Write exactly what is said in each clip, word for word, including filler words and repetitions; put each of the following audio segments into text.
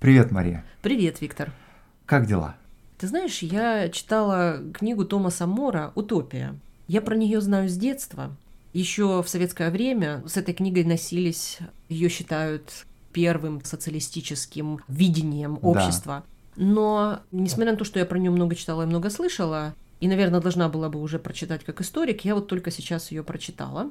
Привет, Мария. Привет, Виктор. Как дела? Ты знаешь, я читала книгу Томаса Мора «Утопия». Я про нее знаю с детства. Еще в советское время с этой книгой носились, ее считают первым социалистическим видением общества. Да. Но, несмотря на то, что я про нее много читала и много слышала, и, наверное, должна была бы уже прочитать как историк, я вот только сейчас ее прочитала.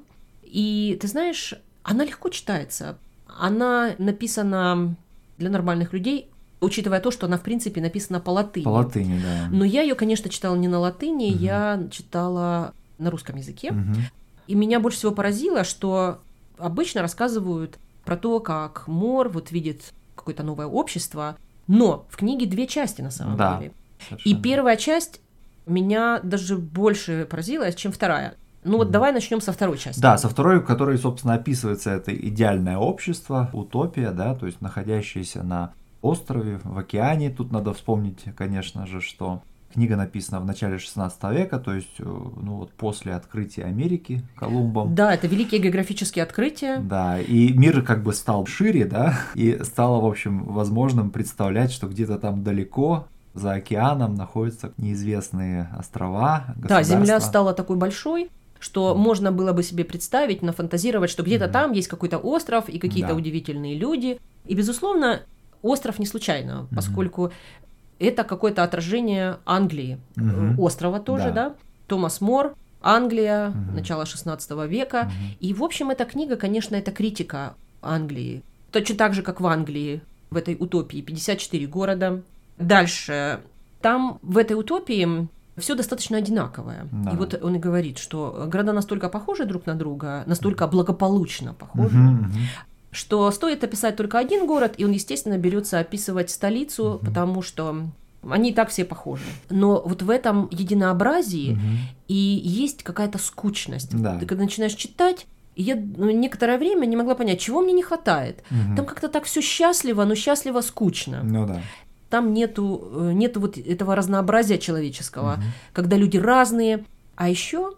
И ты знаешь, она легко читается. Она написана для нормальных людей, учитывая то, что она, в принципе, написана по латыни. По латыни, да. Но я ее, конечно, читала не на латыни, угу. я читала на русском языке. Угу. И меня больше всего поразило, что обычно рассказывают про то, как Мор вот видит какое-то новое общество, но в книге две части на самом да, деле. совершенно. И первая часть меня даже больше поразила, чем вторая. Ну вот давай начнем со второй части. Да, со второй, в которой, собственно, описывается это идеальное общество, утопия, да, то есть находящееся на острове, в океане. Тут надо вспомнить, конечно же, что книга написана в начале шестнадцатого века, то есть, ну вот после открытия Америки Колумбом. Да, это великие географические открытия. Да, и мир как бы стал шире, да, и стало, в общем, возможным представлять, что где-то там далеко за океаном находятся неизвестные острова, государства. Да, Земля стала такой большой, что mm. можно было бы себе представить, нафантазировать, что где-то mm-hmm. там есть какой-то остров и какие-то да. удивительные люди. И, безусловно, остров не случайно, mm-hmm. поскольку это какое-то отражение Англии, mm-hmm. острова тоже, да. да. Томас Мор, Англия, mm-hmm. начало шестнадцатого века. Mm-hmm. И, в общем, эта книга, конечно, это критика Англии. Точно так же, как в Англии, в этой утопии пятьдесят четыре города. Дальше, там в этой утопии все достаточно одинаковое. Да. И вот он и говорит, что города настолько похожи друг на друга, настолько благополучно похожи, uh-huh, uh-huh. что стоит описать только один город, и он, естественно, берется описывать столицу, uh-huh. потому что они и так все похожи. Но вот в этом единообразии uh-huh. и есть какая-то скучность. Да. Ты когда начинаешь читать, я ну, некоторое время не могла понять, чего мне не хватает. Uh-huh. Там как-то так все счастливо, но счастливо скучно. Ну да. Там нету, нету вот этого разнообразия человеческого, угу. когда люди разные. А еще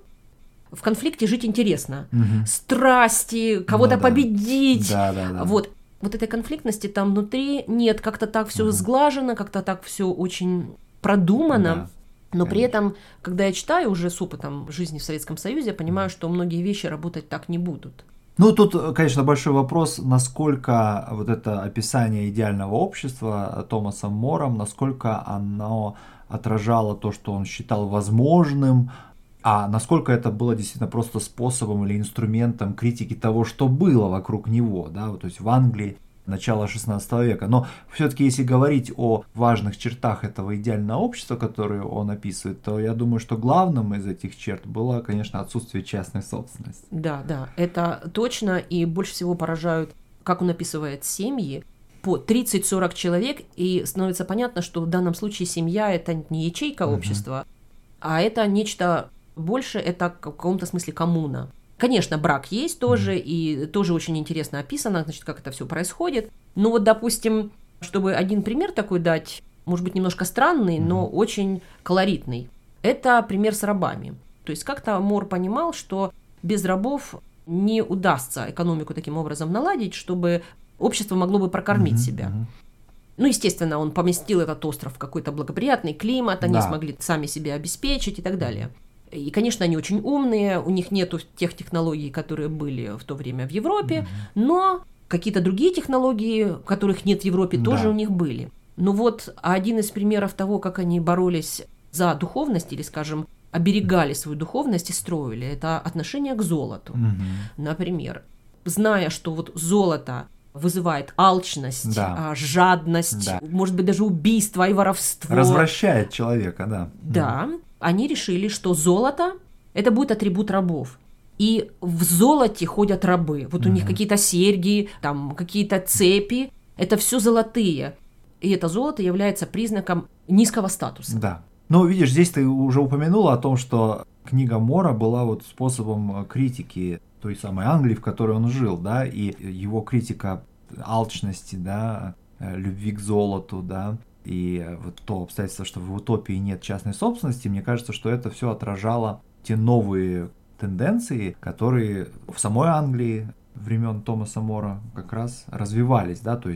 в конфликте жить интересно. Угу. Страсти, кого-то ну, да. победить. Да, да, да. Вот. Вот этой конфликтности там внутри нет. Как-то так все угу. сглажено, как-то так все очень продумано. Да, но при этом, когда я читаю уже с опытом жизни в Советском Союзе, я понимаю, что многие вещи работать так не будут. Ну, тут, конечно, большой вопрос, насколько вот это описание идеального общества Томасом Мором, насколько оно отражало то, что он считал возможным, а насколько это было действительно просто способом или инструментом критики того, что было вокруг него, да, вот, то есть в Англии начала шестнадцатого века. Но все-таки, если говорить о важных чертах этого идеального общества, которые он описывает, то я думаю, что главным из этих черт было, конечно, отсутствие частной собственности. Да, да, это точно, и больше всего поражают, как он описывает семьи, по тридцать-сорок человек, и становится понятно, что в данном случае семья – это не ячейка uh-huh. общества, а это нечто большее, это в каком-то смысле коммуна. Конечно, брак есть тоже, mm-hmm. и тоже очень интересно описано, значит, как это все происходит. Ну вот, допустим, чтобы один пример такой дать, может быть, немножко странный, mm-hmm. но очень колоритный. Это пример с рабами. То есть как-то Мор понимал, что без рабов не удастся экономику таким образом наладить, чтобы общество могло бы прокормить mm-hmm. себя. Ну, естественно, он поместил этот остров в какой-то благоприятный климат, они да. смогли сами себя обеспечить и так далее. И, конечно, они очень умные, у них нету тех технологий, которые были в то время в Европе, mm-hmm. но какие-то другие технологии, которых нет в Европе, да. тоже у них были. Ну вот один из примеров того, как они боролись за духовность или, скажем, оберегали свою духовность и строили, это отношение к золоту. Mm-hmm. Например, зная, что вот золото вызывает алчность, да. жадность, да. может быть, даже убийство и воровство. Развращает человека, да. Да. Mm-hmm. Они решили, что золото – это будет атрибут рабов. И в золоте ходят рабы. Вот mm-hmm. у них какие-то серьги, там какие-то цепи. Это все золотые. И это золото является признаком низкого статуса. Да. Ну, видишь, здесь ты уже упомянула о том, что книга Мора была вот способом критики той самой Англии, в которой он жил, да, и его критика алчности, да, любви к золоту, да, и вот то обстоятельство, что в утопии нет частной собственности, мне кажется, что это все отражало те новые тенденции, которые в самой Англии времен Томаса Мора как раз развивались, да, то есть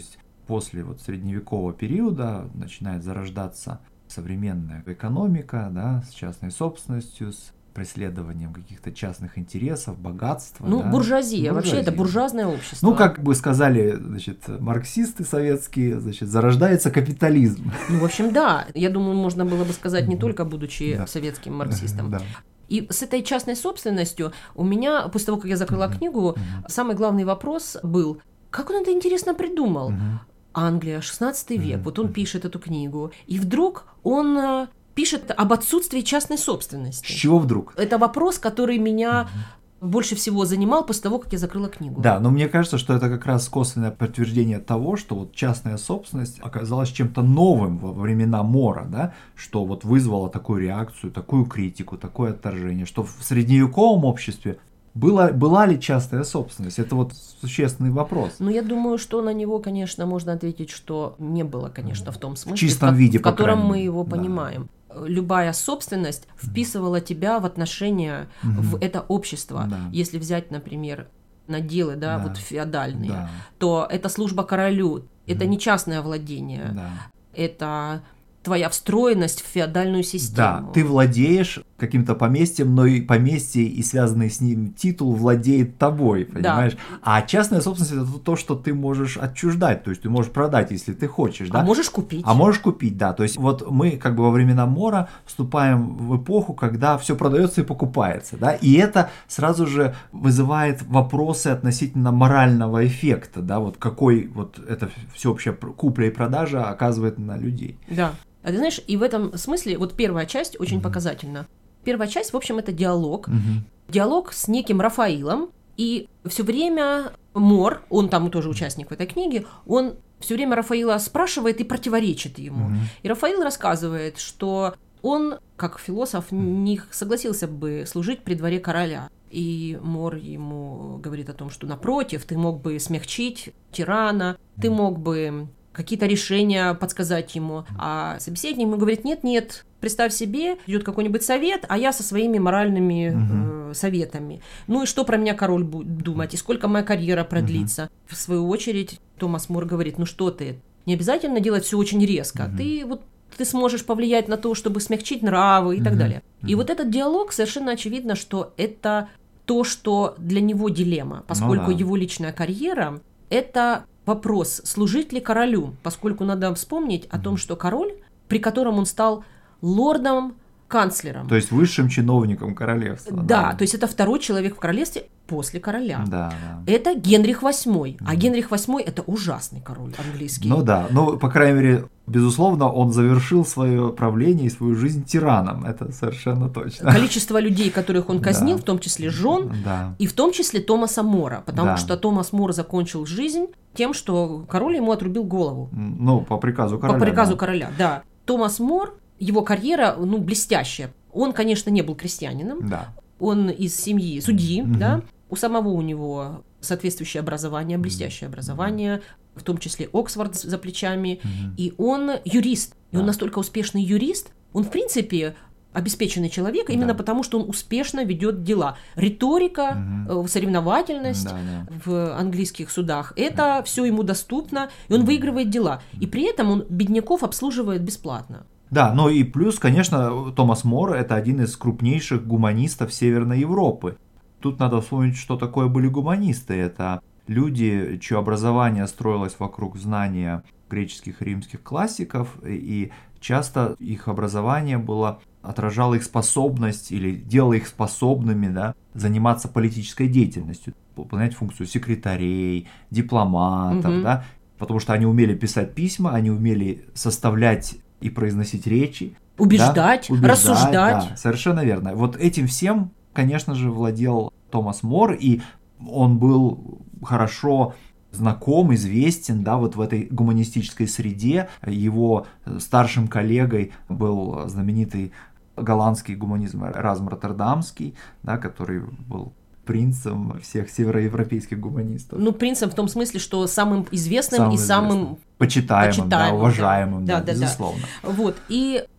после вот средневекового периода начинает зарождаться современная экономика, да, с частной собственностью, с преследованием каких-то частных интересов, богатства. Ну, да? буржуазия. буржуазия. Вообще это буржуазное общество. Ну, как бы сказали, значит, марксисты советские, значит, зарождается капитализм. Ну, в общем, да. Я думаю, можно было бы сказать не только будучи Да. советским марксистом. Да. И с этой частной собственностью у меня, после того, как я закрыла Мгм. книгу, Мгм. самый главный вопрос был, как он это интересно придумал? Мгм. Англия, шестнадцатый век, Мгм. вот он пишет эту книгу, и вдруг он э, пишет об отсутствии частной С собственности. чего вдруг? Это вопрос, который меня больше всего занимал после того, как я закрыла книгу. Да, но мне кажется, что это как раз косвенное подтверждение того, что вот частная собственность оказалась чем-то новым во времена Мора, да, что вот вызвало такую реакцию, такую критику, такое отторжение, что в средневековом обществе была, была ли частная собственность? Это вот существенный вопрос. Ну, я думаю, что на него, конечно, можно ответить, что не было, конечно, в том смысле, чистом в, ко- виде, в по котором крайней мы мере. его Да. понимаем. Любая собственность вписывала тебя в отношения Мгм. в это общество. Да. Если взять, например, наделы, да, Да. вот феодальные, Да. то это служба королю, это Мгм. не частное владение, Да. это твоя встроенность в феодальную Да, систему. ты владеешь каким-то поместьем, но и поместье и связанный с ним титул владеет тобой, понимаешь? А частная собственность это то, что ты можешь отчуждать, то есть ты можешь продать, если ты хочешь, да? А можешь купить. А можешь купить, да. То есть вот мы как бы во времена Мора вступаем в эпоху, когда все продается и покупается, да, и это сразу же вызывает вопросы относительно морального эффекта, да, вот какой вот эта всеобщая купля и продажа оказывает на людей. Да. А ты знаешь, и в этом смысле вот первая часть очень Мгм. показательна. Первая часть, в общем, это диалог. Мгм. Диалог с неким Рафаилом, и все время Мор, он там тоже участник в этой книге, он все время Рафаила спрашивает и противоречит ему. Мгм. И Рафаил рассказывает, что он, как философ, не согласился бы служить при дворе короля. И Мор ему говорит о том, что напротив, ты мог бы смягчить тирана, ты мог бы какие-то решения подсказать ему. А собеседник ему говорит, нет-нет, представь себе, идет какой-нибудь совет, а я со своими моральными Мгм. э, советами. Ну и что про меня король будет думать, и сколько моя карьера продлится. В свою очередь Томас Мор говорит, ну что ты, не обязательно делать все очень резко. Мгм. Ты вот ты сможешь повлиять на то, чтобы смягчить нравы и так Мгм. далее. И Мгм. вот этот диалог, совершенно очевидно, что это то, что для него дилемма, поскольку да. его личная карьера – это вопрос, служить ли королю, поскольку надо вспомнить о том, что король, при котором он стал лордом-канцлером. То есть высшим чиновником королевства. Да, то есть это второй человек в королевстве после короля. Да, да. Это Генрих восьмой, а Мгм. Генрих восьмой – это ужасный король английский. Ну да, ну, по крайней мере, безусловно, он завершил свое правление и свою жизнь тираном, это совершенно точно. Количество людей, которых он казнил, Да. в том числе жен, Да. и в том числе Томаса Мора, потому Да. что Томас Мор закончил жизнь тем, что король ему отрубил голову. Ну, по приказу короля. По приказу да. короля, да. Томас Мор, его карьера, ну, блестящая. Он, конечно, не был крестьянином, Да. он из семьи судьи, Мгм. да. У самого у него соответствующее образование, блестящее образование, в том числе Оксфорд за плечами, Мгм. и он юрист. И он Да. настолько успешный юрист, он, в принципе, обеспеченный человек именно Да. потому, что он успешно ведет дела. Риторика, Мгм. э, соревновательность Да, да. в английских судах, это все ему доступно, и он выигрывает дела. И при этом он бедняков обслуживает бесплатно. Да, ну и плюс, конечно, Томас Мор – это один из крупнейших гуманистов Северной Европы. Тут надо вспомнить, что такое были гуманисты. Это люди, чье образование строилось вокруг знания греческих и римских классиков, и часто их образование было отражало их способность или делало их способными, да, заниматься политической деятельностью, выполнять функцию секретарей, дипломатов, Мгм. да, потому что они умели писать письма, они умели составлять и произносить речи, Убеждать, да, убеждать, рассуждать. да, совершенно верно. Вот этим всем, конечно же, владел Томас Мор, и он был хорошо знаком, известен, да, вот в этой гуманистической среде. Его старшим коллегой был знаменитый голландский гуманист Эразм Роттердамский, да, который был принцем всех североевропейских гуманистов. Ну, принцем в том смысле, что самым известным Самым и самым известным. Почитаемым, почитаемым, да, уважаемым, да. да, Да, да, да. безусловно. Вот, и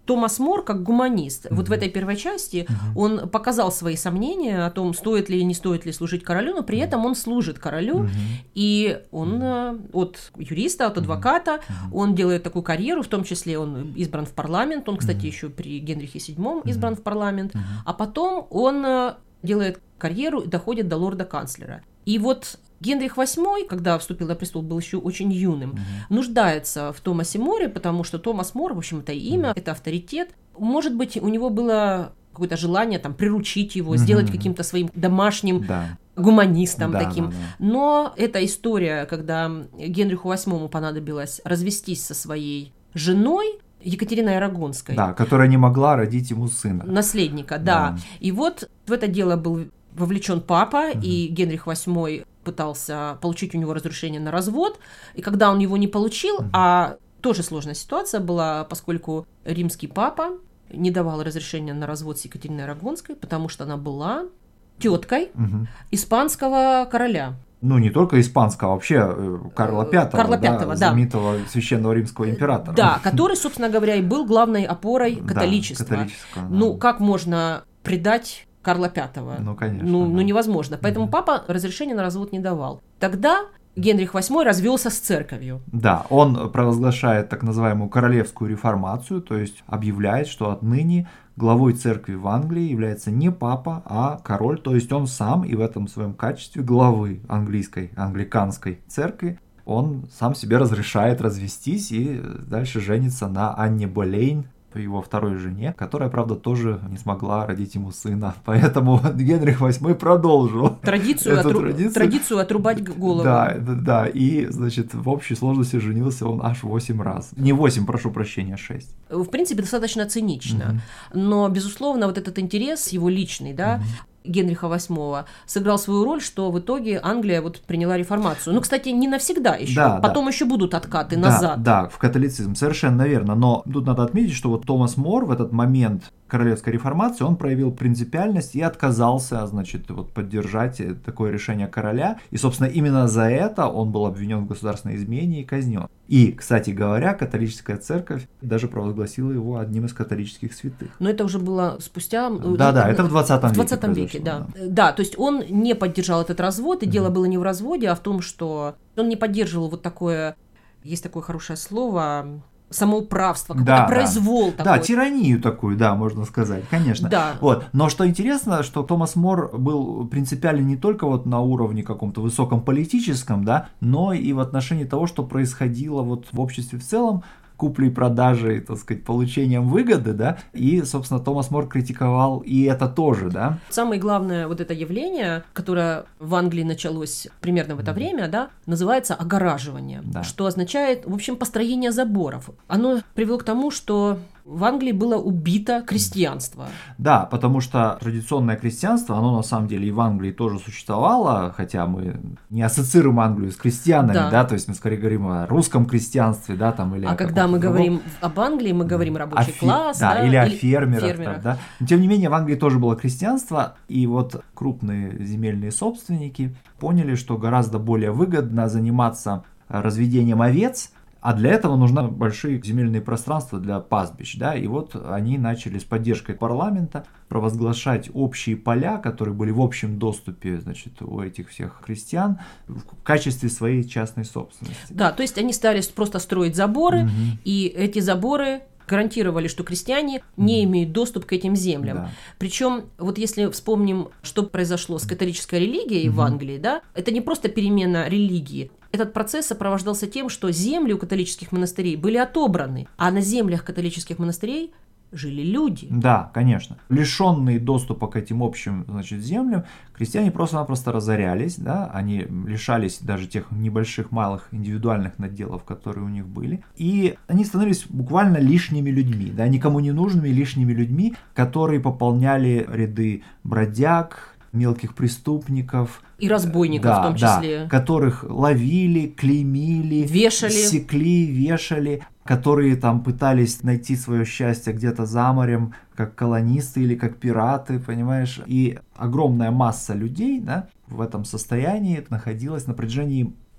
Томас Мор, как гуманист, Mm-hmm. вот в этой первой части Mm-hmm. он показал свои сомнения о том, стоит ли и не стоит ли служить королю, но при этом он служит королю, Mm-hmm. и он mm-hmm. от юриста, от адвоката, mm-hmm. он делает такую карьеру, в том числе он избран в парламент, он, кстати, mm-hmm. еще при Генрихе седьмом избран mm-hmm. в парламент, mm-hmm. а потом он делает карьеру и доходит до лорда-канцлера. И вот Генрих восьмой, когда вступил на престол, был еще очень юным, mm-hmm. нуждается в Томасе Море, потому что Томас Мор, в общем, это имя, mm-hmm. это авторитет. Может быть, у него было какое-то желание там приручить его, mm-hmm. сделать каким-то своим домашним да. гуманистом да, таким. Да, да. Но эта история, когда Генриху восьмому понадобилось развестись со своей женой, Екатериной Арагонской. Да, которая не могла родить ему сына. Наследника, да. да. И вот в это дело был вовлечен папа, mm-hmm. и Генрих восьмой пытался получить у него разрешение на развод, и когда он его не получил, mm-hmm. а тоже сложная ситуация была, поскольку римский папа не давал разрешения на развод с Екатериной Арагонской, потому что она была теткой mm-hmm. испанского короля. Ну, не только испанского, а вообще Карла Пятого, Карла Пятого, да, да. знаменитого священного римского императора. Да, который, собственно говоря, и был главной опорой католичества. Да, католического, да. Ну, как можно предать Карла Пятого? Ну, конечно. Ну, да. ну невозможно. Поэтому mm-hmm. папа разрешения на развод не давал. Тогда Генрих восьмой развелся с церковью. Да, он провозглашает так называемую королевскую реформацию, то есть объявляет, что отныне главой церкви в Англии является не папа, а король, то есть он сам, и в этом своем качестве главы английской, англиканской церкви, он сам себе разрешает развестись и дальше женится на Анне Болейн, его второй жене, которая, правда, тоже не смогла родить ему сына. Поэтому Генрих восьмой продолжил традицию, эту отру... традицию. традицию отрубать голову. Да, да, да. И, значит, в общей сложности женился он аж восемь раз. Не восемь, прошу прощения, шесть. В принципе, достаточно цинично. Угу. Но, безусловно, вот этот интерес его личный, да, угу. Генриха восьмого сыграл свою роль, что в итоге Англия вот приняла реформацию. Ну, кстати, не навсегда еще. Да, Потом да. еще будут откаты да, назад. Да, в католицизм, совершенно верно. Но тут надо отметить, что вот Томас Мор в этот момент королевской реформации, он проявил принципиальность и отказался, значит, вот поддержать такое решение короля. И, собственно, именно за это он был обвинен в государственной измене и казнен. И, кстати говоря, католическая церковь даже провозгласила его одним из католических святых. Но это уже было спустя... Да-да, это в двадцатом веке. В двадцатом веке, да. да. Да, то есть он не поддержал этот развод, и mm-hmm. дело было не в разводе, а в том, что он не поддерживал вот такое... Есть такое хорошее слово... самоуправство, какой-то да, произвол да. такой. Да, тиранию такую, да, можно сказать, конечно. Да. Вот. Но что интересно, что Томас Мор был принципиален не только вот на уровне каком-то высоком политическом, да, но и в отношении того, что происходило вот в обществе в целом, куплей, продажей, так сказать, получением выгоды, да, и, собственно, Томас Мор критиковал и это тоже, да. Самое главное вот это явление, которое в Англии началось примерно в это mm-hmm. время, да, называется огораживание, да. Что означает, в общем, построение заборов. Оно привело к тому, что в Англии было убито крестьянство. Да, потому что традиционное крестьянство, оно на самом деле и в Англии тоже существовало, хотя мы не ассоциируем Англию с крестьянами, да, да то есть мы скорее говорим о русском крестьянстве, да, там, или а когда мы другом. говорим об Англии, мы говорим рабочий о класс, да, да, или о или фермерах, фермерах. Там, да. Но тем не менее в Англии тоже было крестьянство, и вот крупные земельные собственники поняли, что гораздо более выгодно заниматься разведением овец, а для этого нужны большие земельные пространства для пастбищ, да, и вот они начали с поддержкой парламента провозглашать общие поля, которые были в общем доступе, значит, у этих всех крестьян в качестве своей частной собственности. Да, то есть они стали просто строить заборы, угу. и эти заборы гарантировали, что крестьяне не имеют доступ к этим землям. Да. Причем, вот если вспомним, что произошло с католической религией угу. в Англии, да, это не просто перемена религии. Этот процесс сопровождался тем, что земли у католических монастырей были отобраны, а на землях католических монастырей жили люди. Да, конечно. Лишенные доступа к этим общим, значит, землям, крестьяне просто-напросто разорялись, да, они лишались даже тех небольших малых индивидуальных наделов, которые у них были, и они становились буквально лишними людьми, да, никому не нужными лишними людьми, которые пополняли ряды бродяг, мелких преступников. И разбойников да, в том числе. Да, которых ловили, клеймили, вешали. секли, вешали, которые там пытались найти свое счастье где-то за морем, как колонисты или как пираты, понимаешь? И огромная масса людей, да, в этом состоянии находилась на протяжении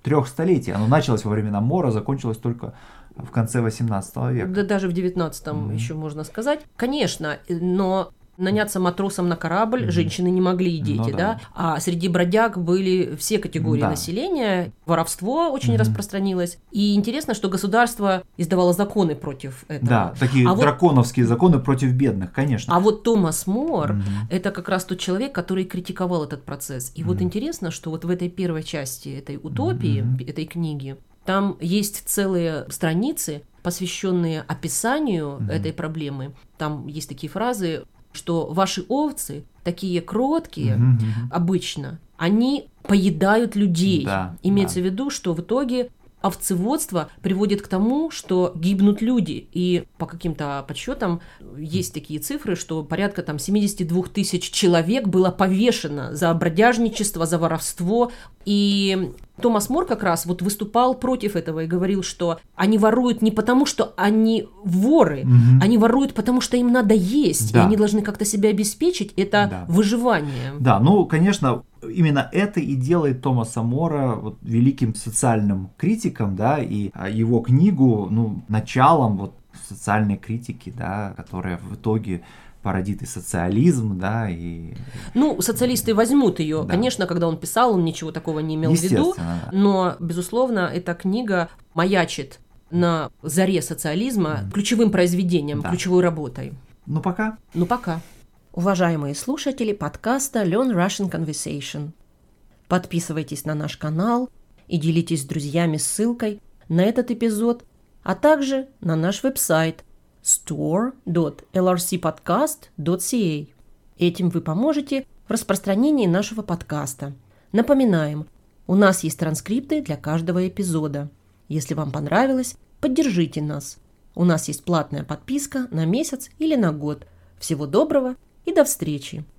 трех столетий. Оно началось во времена Мора, закончилось только в конце восемнадцатого века. Да даже в девятнадцатом Mm-hmm. еще можно сказать. Конечно, но наняться матросом на корабль Mm-hmm. женщины не могли и дети, Ну, да. да. А среди бродяг были все категории Да. населения, воровство очень Mm-hmm. распространилось. И интересно, что государство издавало законы против этого. Да, такие а драконовские вот... законы против бедных, конечно. А вот Томас Мор Mm-hmm. это как раз тот человек, который критиковал этот процесс. И mm-hmm. вот интересно, что вот в этой первой части этой утопии, mm-hmm. этой книги, там есть целые страницы, посвященные описанию mm-hmm. этой проблемы. Там есть такие фразы, что ваши овцы, такие кроткие mm-hmm. обычно, они поедают людей. Да, Имеется да. в виду, что в итоге овцеводство приводит к тому, что гибнут люди. И по каким-то подсчетам есть такие цифры, что порядка там семьдесят два тысяч человек было повешено за бродяжничество, за воровство. И Томас Мор как раз вот выступал против этого и говорил, что они воруют не потому, что они воры, угу. они воруют потому, что им надо есть, да. и они должны как-то себя обеспечить. Это да. выживание. Да, ну, конечно, именно это и делает Томаса Мора вот великим социальным критиком, да, и его книгу, ну, началом вот социальной критики, да, которая в итоге породит и социализм, да, и... Ну, социалисты возьмут ее. Да. Конечно, когда он писал, он ничего такого не имел в виду, да. но, безусловно, эта книга маячит на заре социализма mm. ключевым произведением, да. ключевой работой. Ну, пока. Ну, пока. Уважаемые слушатели подкаста Learn Russian Conversation, подписывайтесь на наш канал и делитесь с друзьями ссылкой на этот эпизод, а также на наш веб-сайт store dot l r c podcast dot c a. Этим вы поможете в распространении нашего подкаста. Напоминаем, у нас есть транскрипты для каждого эпизода. Если вам понравилось, поддержите нас. У нас есть платная подписка на месяц или на год. Всего доброго и до встречи!